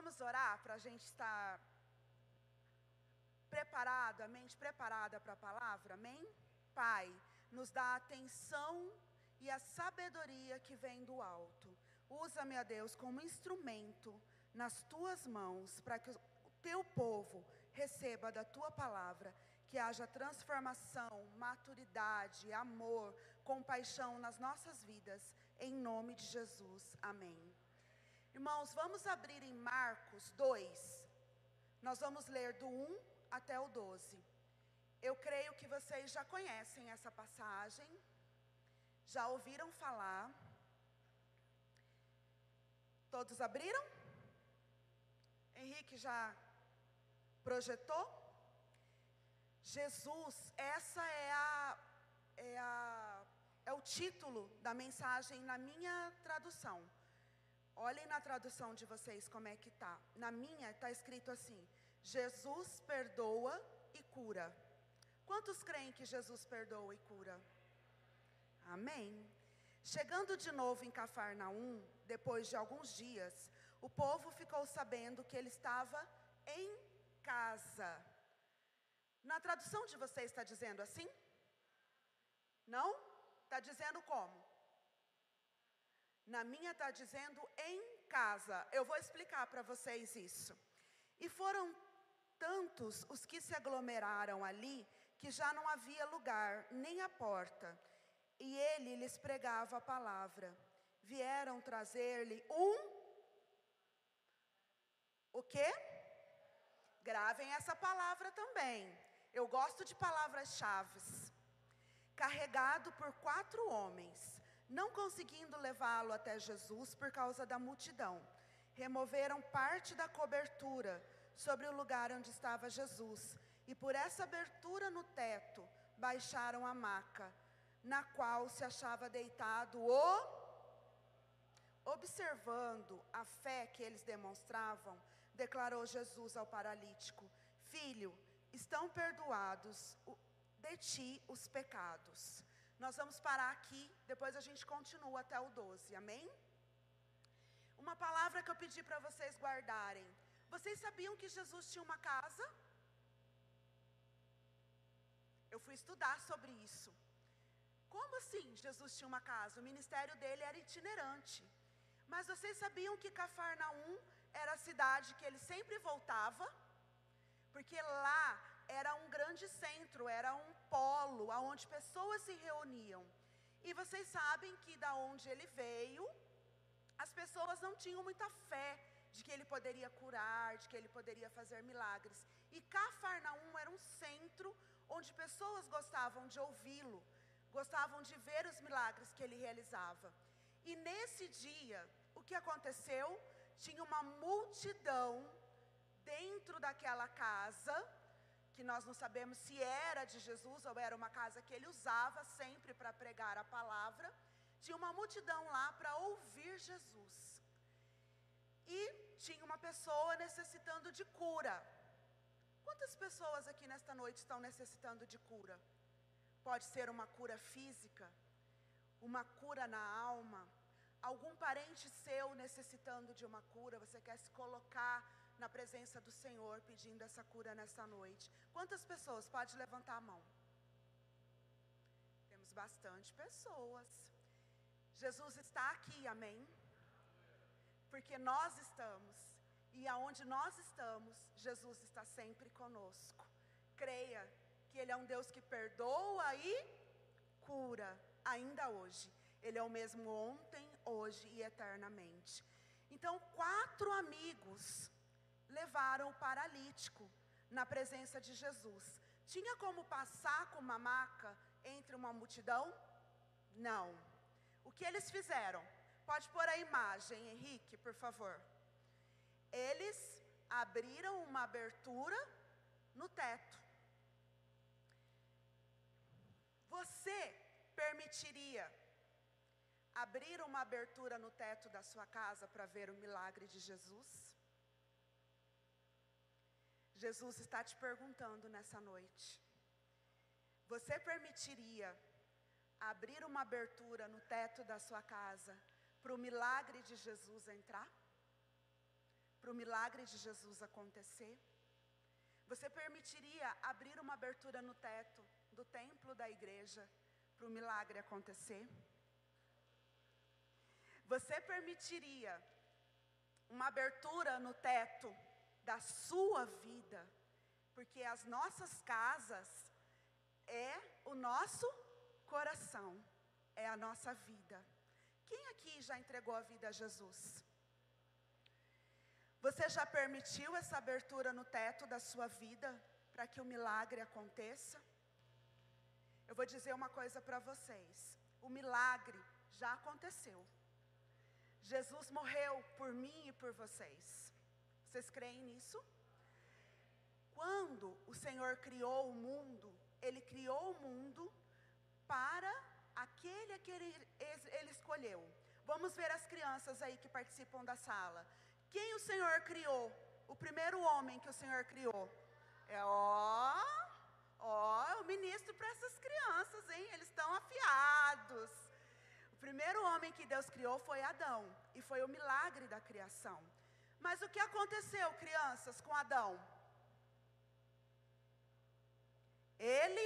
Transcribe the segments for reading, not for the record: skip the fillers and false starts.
Vamos orar para a gente estar preparado, a mente preparada para a palavra, amém? Pai, nos dá a atenção e a sabedoria que vem do alto. Usa-me, ó Deus, como instrumento nas tuas mãos, para que o teu povo receba da tua palavra, que haja transformação, maturidade, amor, compaixão nas nossas vidas, em nome de Jesus, amém. Irmãos, vamos abrir em Marcos 2, nós vamos ler do 1 até o 12. Eu creio que vocês já conhecem essa passagem, já ouviram falar. Todos abriram? Henrique já projetou? Jesus, essa é o título da mensagem na minha tradução. Olhem na tradução de vocês como é que está. Na minha está escrito assim: Jesus perdoa e cura. Quantos creem que Jesus perdoa e cura? Amém. Chegando de novo em Cafarnaum, depois de alguns dias, o povo ficou sabendo que ele estava em casa. Na tradução de vocês está dizendo assim? Não? Está dizendo como? Na minha está dizendo em casa. Eu vou explicar para vocês isso. E foram tantos os que se aglomeraram ali, que já não havia lugar, nem a porta. E ele lhes pregava a palavra. Vieram trazer-lhe o quê? Gravem essa palavra também. Eu gosto de palavras-chave. Carregado por 4 homens. Não conseguindo levá-lo até Jesus por causa da multidão, removeram parte da cobertura sobre o lugar onde estava Jesus, e por essa abertura no teto, baixaram a maca, na qual se achava deitado Observando a fé que eles demonstravam, declarou Jesus ao paralítico: Filho, estão perdoados de ti os pecados. Nós vamos parar aqui, depois a gente continua até o 12, amém? Uma palavra que eu pedi para vocês guardarem. Vocês sabiam que Jesus tinha uma casa? Eu fui estudar sobre isso. Como assim Jesus tinha uma casa? O ministério dele era itinerante. Mas vocês sabiam que Cafarnaum era a cidade que ele sempre voltava? Porque lá era um grande centro, era um polo, onde pessoas se reuniam. E vocês sabem que da onde ele veio, as pessoas não tinham muita fé de que ele poderia curar, de que ele poderia fazer milagres. E Cafarnaum era um centro onde pessoas gostavam de ouvi-lo, gostavam de ver os milagres que ele realizava. E nesse dia, o que aconteceu? Tinha uma multidão dentro daquela casa, que nós não sabemos se era de Jesus ou era uma casa que ele usava sempre para pregar a palavra. Tinha uma multidão lá para ouvir Jesus. E tinha uma pessoa necessitando de cura. Quantas pessoas aqui nesta noite estão necessitando de cura? Pode ser uma cura física, uma cura na alma, algum parente seu necessitando de uma cura. Você quer se colocar na presença do Senhor pedindo essa cura nesta noite. Quantas pessoas? Pode levantar a mão. Temos bastante pessoas. Jesus está aqui, amém? Porque nós estamos, e aonde nós estamos, Jesus está sempre conosco. Creia que Ele é um Deus que perdoa e cura, ainda hoje. Ele é o mesmo ontem, hoje e eternamente. Então 4 amigos levaram o paralítico na presença de Jesus. Tinha como passar com uma maca entre uma multidão? Não. O que eles fizeram? Pode pôr a imagem, Henrique, por favor. Eles abriram uma abertura no teto. Você permitiria abrir uma abertura no teto da sua casa para ver o milagre de Jesus? Jesus está te perguntando nessa noite. Você permitiria abrir uma abertura no teto da sua casa para o milagre de Jesus entrar? para o milagre de Jesus acontecer? Você permitiria abrir uma abertura no teto do templo da igreja para o milagre acontecer? Você permitiria uma abertura no teto da sua vida? Porque as nossas casas é o nosso coração, é a nossa vida. Quem aqui já entregou a vida a Jesus? Você já permitiu essa abertura no teto da sua vida para que o milagre aconteça? Eu vou dizer uma coisa para vocês: o milagre já aconteceu. Jesus morreu por mim e por vocês. Vocês creem nisso? Quando o Senhor criou o mundo, Ele criou o mundo para aquele que Ele escolheu. Vamos ver as crianças aí que participam da sala. Quem o Senhor criou? O primeiro homem que o Senhor criou. Eu ministro para essas crianças, hein? Eles estão afiados. O primeiro homem que Deus criou foi Adão. E foi o milagre da criação. Mas o que aconteceu, crianças, com Adão? Ele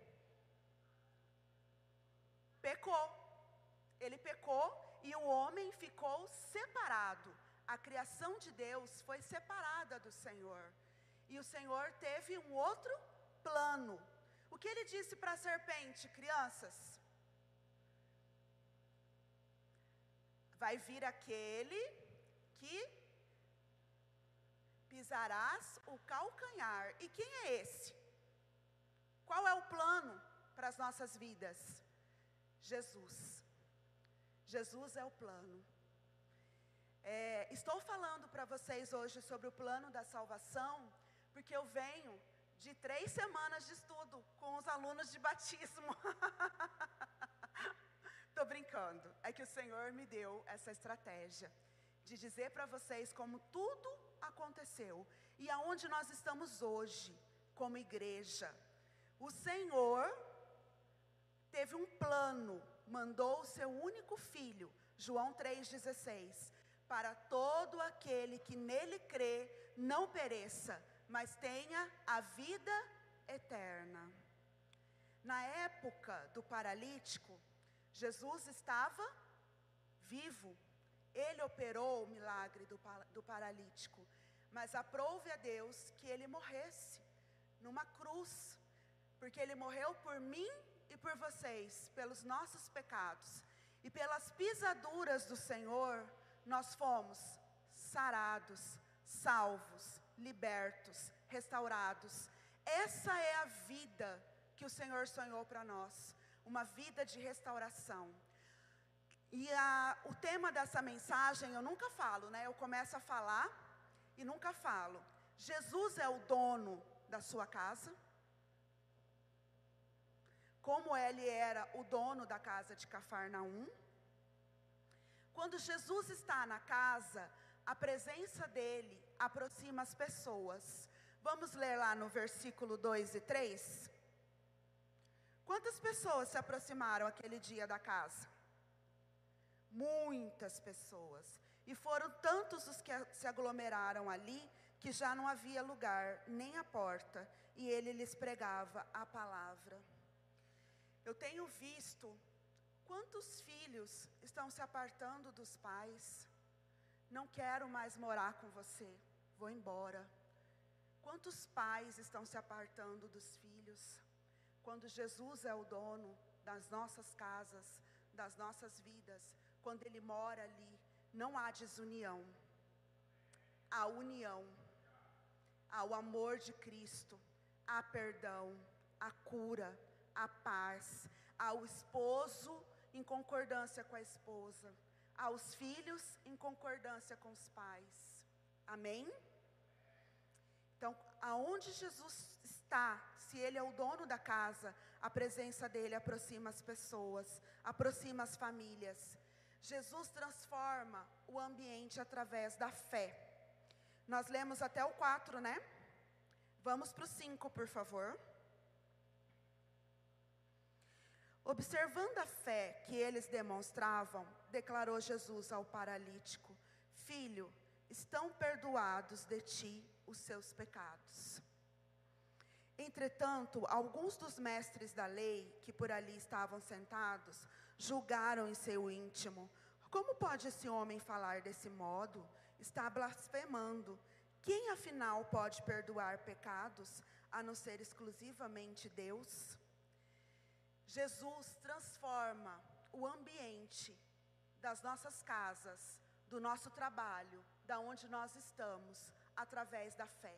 pecou. Ele pecou e o homem ficou separado. A criação de Deus foi separada do Senhor. E o Senhor teve um outro plano. O que Ele disse para a serpente, crianças? Vai vir aquele que pisarás o calcanhar. E quem é esse? Qual é o plano para as nossas vidas? Jesus. Jesus é o plano. Estou falando para vocês hoje sobre o plano da salvação, porque eu venho de 3 semanas de estudo com os alunos de batismo. Estou brincando, é que o Senhor me deu essa estratégia de dizer para vocês como tudo aconteceu e aonde nós estamos hoje como igreja. O Senhor teve um plano, mandou o seu único filho, João 3,16, para todo aquele que nele crê não pereça, mas tenha a vida eterna. Na época do paralítico, Jesus estava vivo. Ele operou o milagre do paralítico, mas aprove a Deus que ele morresse numa cruz, porque ele morreu por mim e por vocês, pelos nossos pecados. E pelas pisaduras do Senhor, nós fomos sarados, salvos, libertos, restaurados. Essa é a vida que o Senhor sonhou para nós, uma vida de restauração. E o tema dessa mensagem eu nunca falo, né? Eu começo a falar e nunca falo. Jesus é o dono da sua casa, como ele era o dono da casa de Cafarnaum. Quando Jesus está na casa, a presença dele aproxima as pessoas. Vamos ler lá no versículo 2 e 3. Quantas pessoas se aproximaram aquele dia da casa? Muitas pessoas. E foram tantos os que se aglomeraram ali, que já não havia lugar, nem a porta, e ele lhes pregava a palavra. Eu tenho visto quantos filhos estão se apartando dos pais. Não quero mais morar com você, vou embora. Quantos pais estão se apartando dos filhos? Quando Jesus é o dono das nossas casas, das nossas vidas, quando Ele mora ali, não há desunião. Há união, há o amor de Cristo, há perdão, há cura, há paz, há o esposo em concordância com a esposa, há os filhos em concordância com os pais. Amém? Então, aonde Jesus está, se Ele é o dono da casa, a presença dEle aproxima as pessoas, aproxima as famílias. Jesus transforma o ambiente através da fé. Nós lemos até o 4, né? Vamos para o 5, por favor. Observando a fé que eles demonstravam, declarou Jesus ao paralítico: Filho, estão perdoados de ti os seus pecados. Entretanto, alguns dos mestres da lei, que por ali estavam sentados, julgaram em seu íntimo: como pode esse homem falar desse modo? Está blasfemando. Quem afinal pode perdoar pecados, a não ser exclusivamente Deus? Jesus transforma o ambiente das nossas casas, do nosso trabalho, da onde nós estamos, através da fé.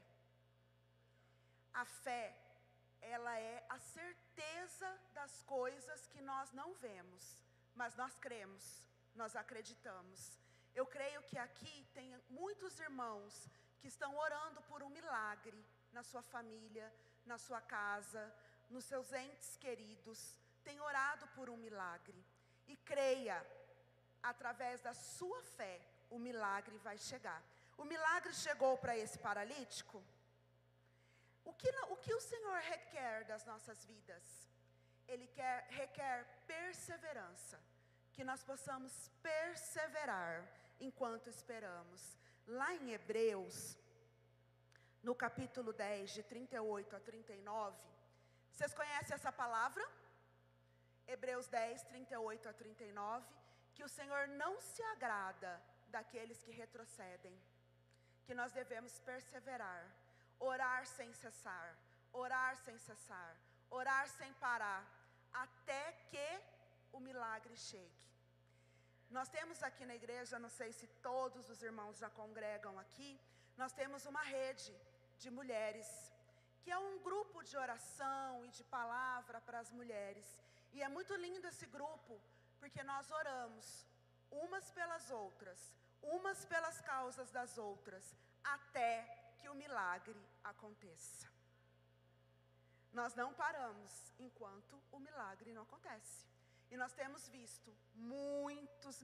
A fé, ela é a certeza das coisas que nós não vemos, mas nós cremos, nós acreditamos. Eu creio que aqui tem muitos irmãos que estão orando por um milagre na sua família, na sua casa, nos seus entes queridos, tem orado por um milagre. E creia, através da sua fé, o milagre vai chegar. O milagre chegou para esse paralítico. O que o Senhor requer das nossas vidas? Ele requer perseverança, que nós possamos perseverar enquanto esperamos. Lá em Hebreus, no capítulo 10, de 38 a 39, vocês conhecem essa palavra? Hebreus 10, 38 a 39, que o Senhor não se agrada daqueles que retrocedem, que nós devemos perseverar, orar sem cessar, orar sem cessar, orar sem parar, até que o milagre chegue. Nós temos aqui na igreja, não sei se todos os irmãos já congregam aqui, nós temos uma rede de mulheres, que é um grupo de oração e de palavra para as mulheres. E é muito lindo esse grupo, porque nós oramos umas pelas outras, umas pelas causas das outras, até que o milagre aconteça. Nós não paramos enquanto o milagre não acontece. E nós temos visto muitos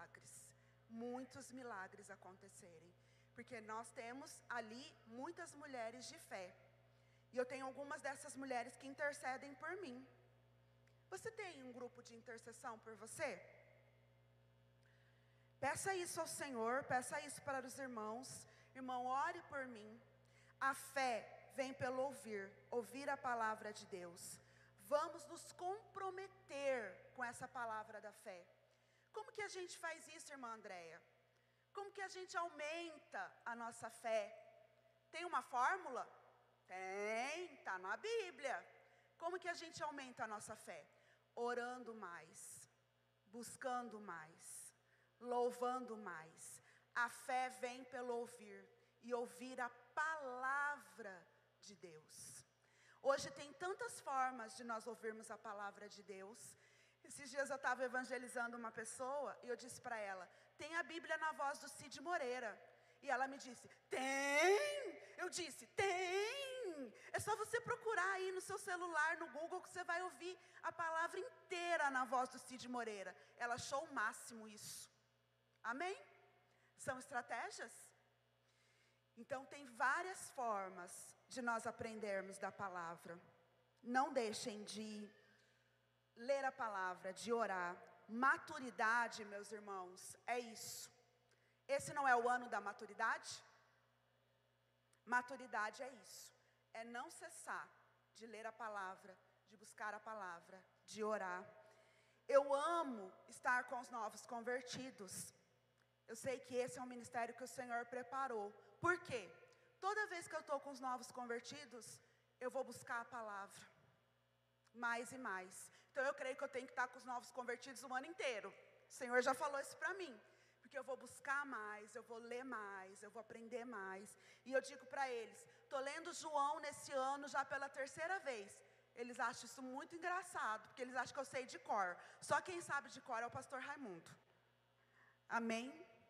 milagres acontecerem, porque nós temos ali muitas mulheres de fé. E eu tenho algumas dessas mulheres que intercedem por mim. Você tem um grupo de intercessão por você? Peça isso ao Senhor, peça isso para os irmãos. Irmão, ore por mim. A fé vem pelo ouvir a palavra de Deus. Vamos nos comprometer com essa palavra da fé. Como que a gente faz isso, irmã Andréia? Como que a gente aumenta a nossa fé? Tem uma fórmula? Tem, está na Bíblia. Como que a gente aumenta a nossa fé? Orando mais, buscando mais, louvando mais. A fé vem pelo ouvir, e ouvir a palavra de Deus. Hoje tem tantas formas de nós ouvirmos a palavra de Deus. Esses dias eu estava evangelizando uma pessoa, e eu disse para ela: tem a Bíblia na voz do Cid Moreira. E ela me disse: tem? Eu disse: tem. É só você procurar aí no seu celular, no Google, que você vai ouvir a palavra inteira na voz do Cid Moreira. Ela achou o máximo isso. Amém? São estratégias? Então tem várias formas de nós aprendermos da palavra. Não deixem de ler a palavra, de orar. Maturidade, meus irmãos, é isso. Esse não é o ano da maturidade? Maturidade é isso. É não cessar de ler a palavra, de buscar a palavra, de orar. Eu amo estar com os novos convertidos. Eu sei que esse é um ministério que o Senhor preparou. Por quê? Toda vez que eu estou com os novos convertidos, eu vou buscar a palavra. Mais e mais. Então eu creio que eu tenho que estar com os novos convertidos o ano inteiro. O Senhor já falou isso para mim. Porque eu vou buscar mais, eu vou ler mais, eu vou aprender mais. E eu digo para eles, estou lendo João nesse ano já pela 3ª vez. Eles acham isso muito engraçado, porque eles acham que eu sei de cor. Só quem sabe de cor é o pastor Raimundo. Amém?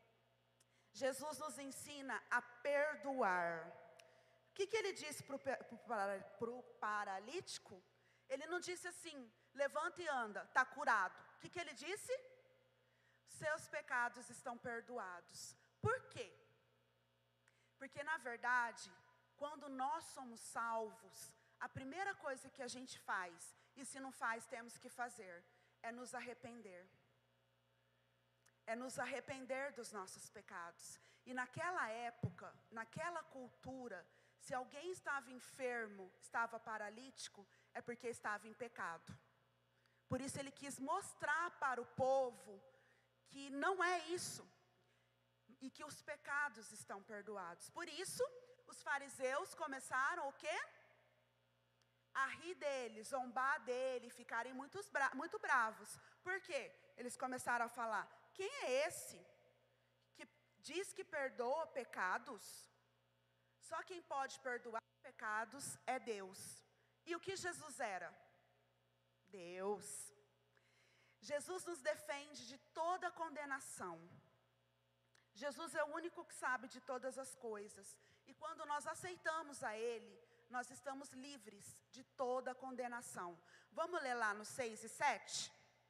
Jesus nos ensina a perdoar. O que ele disse para o paralítico? Ele não disse assim: levanta e anda, está curado. O que ele disse? Seus pecados estão perdoados. Por quê? Porque na verdade, quando nós somos salvos, a primeira coisa que a gente faz, e se não faz temos que fazer, é nos arrepender. é nos arrepender dos nossos pecados. E naquela época, naquela cultura, se alguém estava enfermo, estava paralítico, é porque estava em pecado. Por isso ele quis mostrar para o povo que não é isso, e que os pecados estão perdoados. Por isso, os fariseus começaram o quê? A rir dele, zombar dele, ficarem muito bravos. Por quê? Eles começaram a falar: quem é esse que diz que perdoa pecados? Só quem pode perdoar pecados é Deus. E o que Jesus era? Deus. Jesus nos defende de toda condenação. Jesus é o único que sabe de todas as coisas. E quando nós aceitamos a Ele, nós estamos livres de toda condenação. Vamos ler lá no 6 e 7?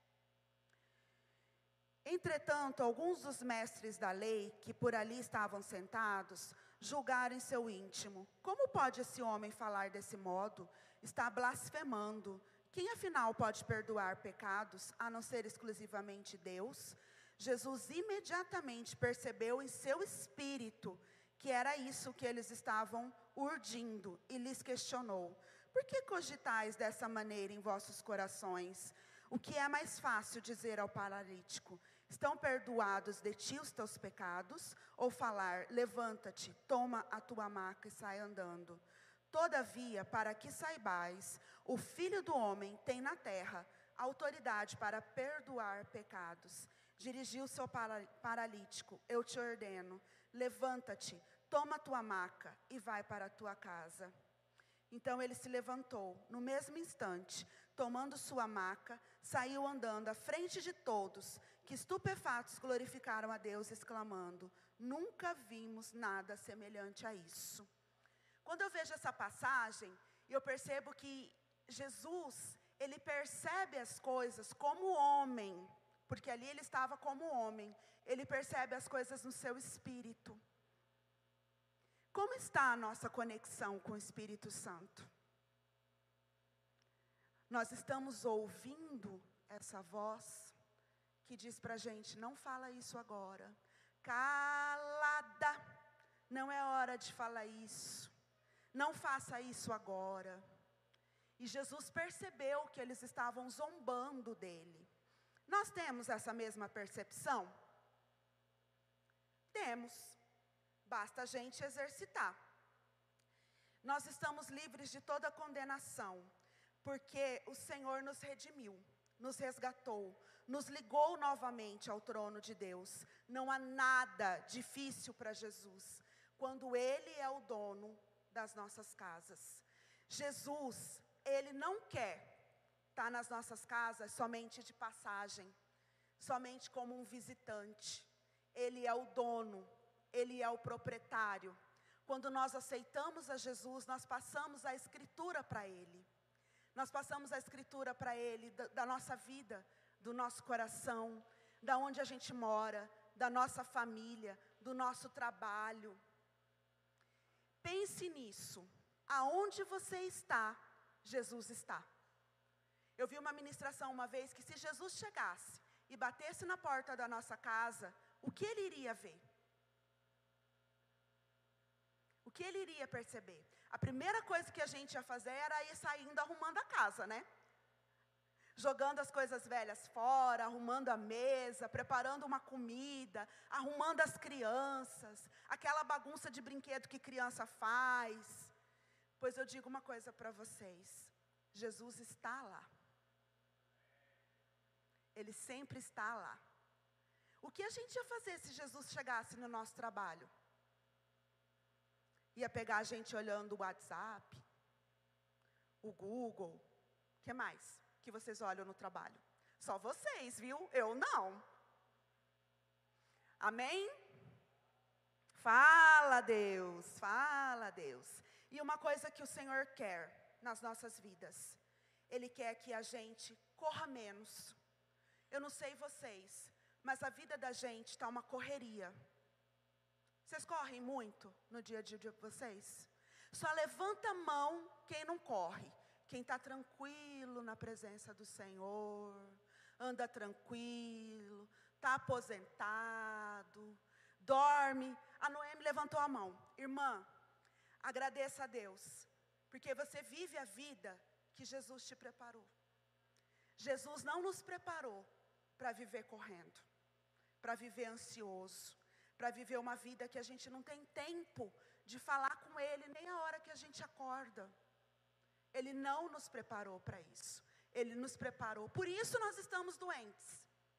Entretanto, alguns dos mestres da lei, que por ali estavam sentados, julgaram em seu íntimo: como pode esse homem falar desse modo? Está blasfemando. Quem afinal pode perdoar pecados, a não ser exclusivamente Deus? Jesus imediatamente percebeu em seu espírito que era isso que eles estavam urdindo e lhes questionou: por que cogitais dessa maneira em vossos corações? O que é mais fácil dizer ao paralítico: estão perdoados de ti os teus pecados? Ou falar: levanta-te, toma a tua maca e sai andando? Todavia, para que saibais, o Filho do Homem tem na terra autoridade para perdoar pecados. Dirigiu-se ao paralítico: eu te ordeno, levanta-te, toma a tua maca e vai para a tua casa. Então ele se levantou, no mesmo instante, tomando sua maca, saiu andando à frente de todos, que estupefatos glorificaram a Deus, exclamando: nunca vimos nada semelhante a isso. Quando eu vejo essa passagem, eu percebo que Jesus, ele percebe as coisas como homem, porque ali ele estava como homem, ele percebe as coisas no seu espírito. Como está a nossa conexão com o Espírito Santo? Nós estamos ouvindo essa voz que diz para a gente: não fala isso agora, calada, não é hora de falar isso, não faça isso agora. E Jesus percebeu que eles estavam zombando dele. Nós temos essa mesma percepção? Temos, basta a gente exercitar. Nós estamos livres de toda condenação, porque o Senhor nos redimiu, nos resgatou, nos ligou novamente ao trono de Deus. Não há nada difícil para Jesus, quando Ele é o dono das nossas casas. Jesus, Ele não quer estar nas nossas casas somente de passagem, somente como um visitante. Ele é o dono, Ele é o proprietário. Quando nós aceitamos a Jesus, nós passamos a escritura para Ele. Nós passamos a escritura para Ele da nossa vida, do nosso coração, da onde a gente mora, da nossa família, do nosso trabalho. Pense nisso. Aonde você está, Jesus está. Eu vi uma ministração uma vez que se Jesus chegasse e batesse na porta da nossa casa, o que Ele iria ver? O que Ele iria perceber? A primeira coisa que a gente ia fazer era ir saindo arrumando a casa, né? Jogando as coisas velhas fora, arrumando a mesa, preparando uma comida, arrumando as crianças, aquela bagunça de brinquedo que criança faz. Pois eu digo uma coisa para vocês: Jesus está lá. Ele sempre está lá. O que a gente ia fazer se Jesus chegasse no nosso trabalho? Ia pegar a gente olhando o WhatsApp, o Google, o que mais que vocês olham no trabalho? Só vocês, viu? Eu não. Amém? Fala, Deus, fala, Deus. E uma coisa que o Senhor quer nas nossas vidas, Ele quer que a gente corra menos. Eu não sei vocês, mas a vida da gente está uma correria. Vocês correm muito no dia a dia de vocês? Só levanta a mão quem não corre. Quem está tranquilo na presença do Senhor, anda tranquilo, está aposentado, dorme. A Noemi levantou a mão. Irmã, agradeça a Deus, porque você vive a vida que Jesus te preparou. Jesus não nos preparou para viver correndo, para viver ansioso, para viver uma vida que a gente não tem tempo de falar com Ele nem a hora que a gente acorda. Ele não nos preparou para isso. Ele nos preparou, por isso nós estamos doentes.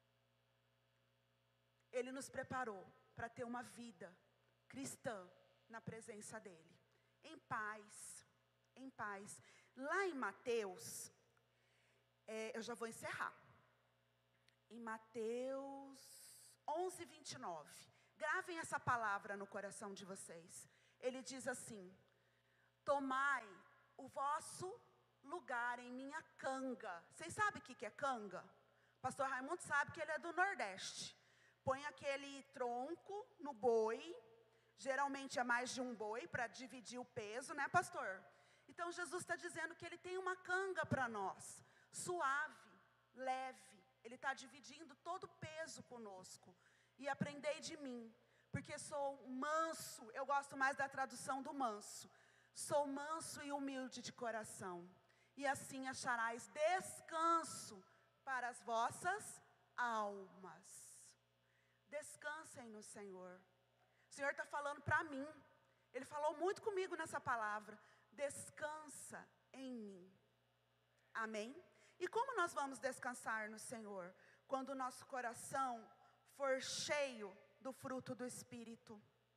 Ele nos preparou para ter uma vida cristã na presença dEle, em paz, em paz. Lá em Mateus, eu já vou encerrar. Em Mateus 11, 29. Gravem essa palavra no coração de vocês. Ele diz assim: tomai o vosso lugar em minha canga. Vocês sabem o que é canga? Pastor Raimundo sabe que ele é do Nordeste. Põe aquele tronco no boi, geralmente é mais de um boi, para dividir o peso, né, pastor? Então Jesus está dizendo que Ele tem uma canga para nós, suave, leve. Ele está dividindo todo o peso conosco. E aprendei de mim, porque sou manso. Eu gosto mais da tradução do manso. Sou manso e humilde de coração, e assim acharás descanso para as vossas almas. Descansem no Senhor. O Senhor está falando para mim. Ele falou muito comigo nessa palavra. Descansa em mim. Amém? E como nós vamos descansar no Senhor? Quando o nosso coração for cheio do fruto do Espírito.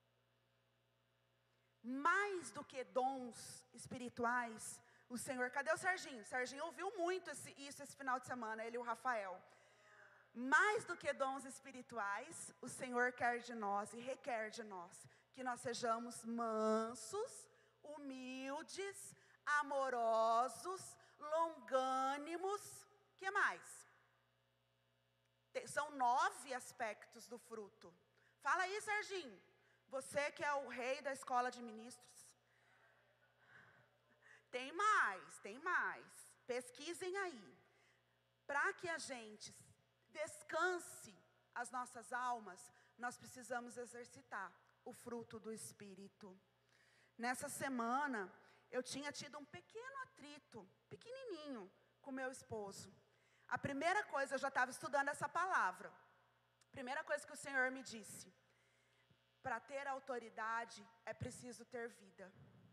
Mais do que dons espirituais, o Senhor... Cadê o Serginho? O Serginho ouviu muito isso esse final de semana, ele e o Rafael. Mais do que dons espirituais, o Senhor quer de nós e requer de nós que nós sejamos mansos, humildes, amorosos, longânimos. Que mais? São 9 aspectos do fruto. Fala aí, Serginho. Você que é o rei da escola de ministros. Tem mais, tem mais. Pesquisem aí. Para que a gente descanse as nossas almas, nós precisamos exercitar o fruto do Espírito. Nessa semana, eu tinha tido um pequeno atrito, pequenininho, com meu esposo. A primeira coisa, eu já estava estudando essa palavra. Primeira coisa que o Senhor me disse: para ter autoridade é preciso ter vida.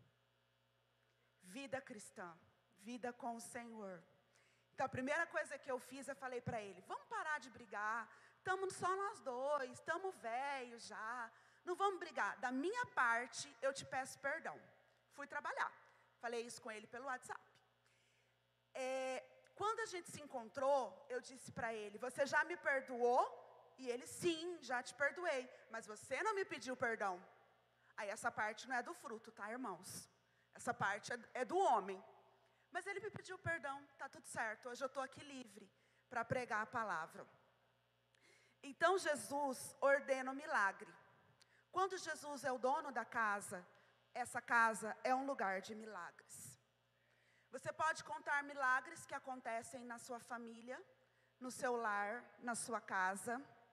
Vida cristã, vida com o Senhor. Então a primeira coisa que eu fiz, eu falei para ele: vamos parar de brigar, estamos só nós dois, estamos velhos já, não vamos brigar. Da minha parte, eu te peço perdão. Fui trabalhar, falei isso com ele pelo WhatsApp. Quando a gente se encontrou, eu disse para ele: você já me perdoou? E ele: sim, já te perdoei, mas você não me pediu perdão. Aí essa parte não é do fruto, tá, irmãos? Essa parte é do homem. Mas ele me pediu perdão, tá tudo certo. Hoje eu estou aqui livre para pregar a palavra. Então Jesus ordena o milagre. Quando Jesus é o dono da casa, essa casa é um lugar de milagres. Você pode contar milagres que acontecem na sua família, no seu lar, na sua casa.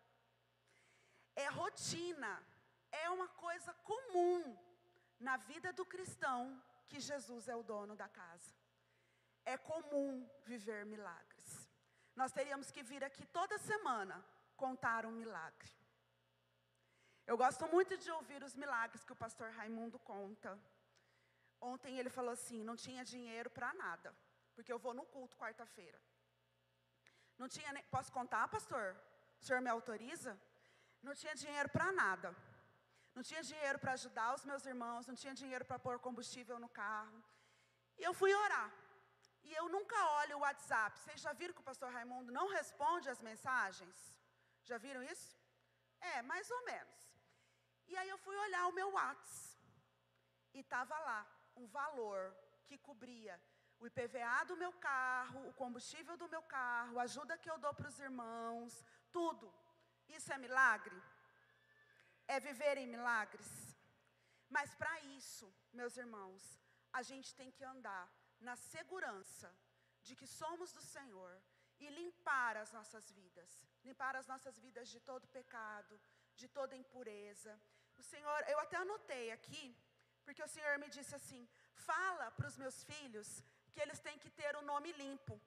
É rotina, é uma coisa comum na vida do cristão que Jesus é o dono da casa. É comum viver milagres. Nós teríamos que vir aqui toda semana contar um milagre. Eu gosto muito de ouvir os milagres que o pastor Raimundo conta. Ontem ele falou assim: não tinha dinheiro para nada, porque eu vou no culto quarta-feira. Não tinha nem... Posso contar, pastor? O senhor me autoriza? Não tinha dinheiro para nada. Não tinha dinheiro para ajudar os meus irmãos, não tinha dinheiro para pôr combustível no carro. E eu fui orar. E eu nunca olho o WhatsApp. Vocês já viram que o pastor Raimundo não responde as mensagens? Já viram isso? Mais ou menos. E aí eu fui olhar o meu WhatsApp. E estava lá um valor que cobria o IPVA do meu carro, o combustível do meu carro, a ajuda que eu dou para os irmãos, tudo. Isso é milagre? É viver em milagres? Mas para isso, meus irmãos, a gente tem que andar na segurança de que somos do Senhor e limpar as nossas vidas de todo pecado, de toda impureza. O Senhor, eu até anotei aqui, porque o Senhor me disse assim: fala para os meus filhos que eles têm que ter o nome limpo.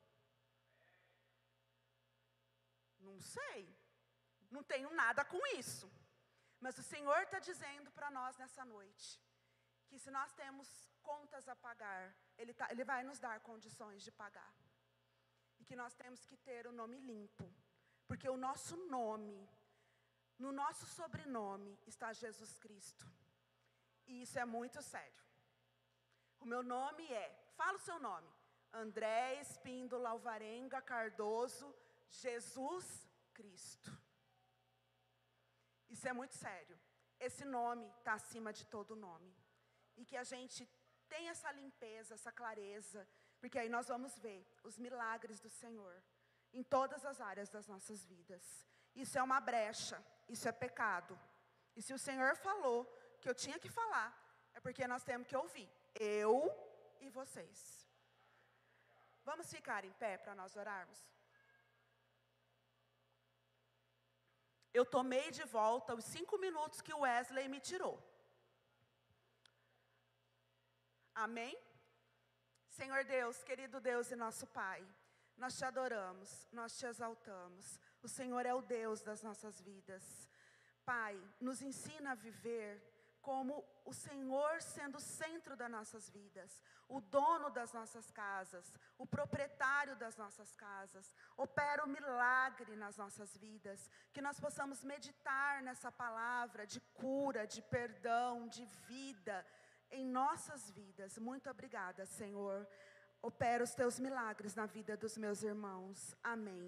Não sei, não tenho nada com isso, mas o Senhor está dizendo para nós nessa noite, que se nós temos contas a pagar, Ele vai nos dar condições de pagar, e que nós temos que ter o nome limpo, porque o nosso nome, no nosso sobrenome está Jesus Cristo, e isso é muito sério. O meu nome fala o seu nome, André Espíndola Alvarenga Cardoso Jesus Cristo. Isso é muito sério. Esse nome está acima de todo nome. E que a gente tenha essa limpeza, essa clareza, porque aí nós vamos ver os milagres do Senhor em todas as áreas das nossas vidas. Isso é uma brecha, isso é pecado. E se o Senhor falou que eu tinha que falar, é porque nós temos que ouvir, eu e vocês. Vamos ficar em pé para nós orarmos? Eu tomei de volta os 5 minutos que o Wesley me tirou. Amém? Senhor Deus, querido Deus e nosso Pai, nós te adoramos, nós te exaltamos. O Senhor é o Deus das nossas vidas. Pai, nos ensina a viver como o Senhor sendo o centro das nossas vidas, o dono das nossas casas, o proprietário das nossas casas. Opera o milagre nas nossas vidas, que nós possamos meditar nessa palavra de cura, de perdão, de vida em nossas vidas. Muito obrigada, Senhor. Opera os teus milagres na vida dos meus irmãos. Amém.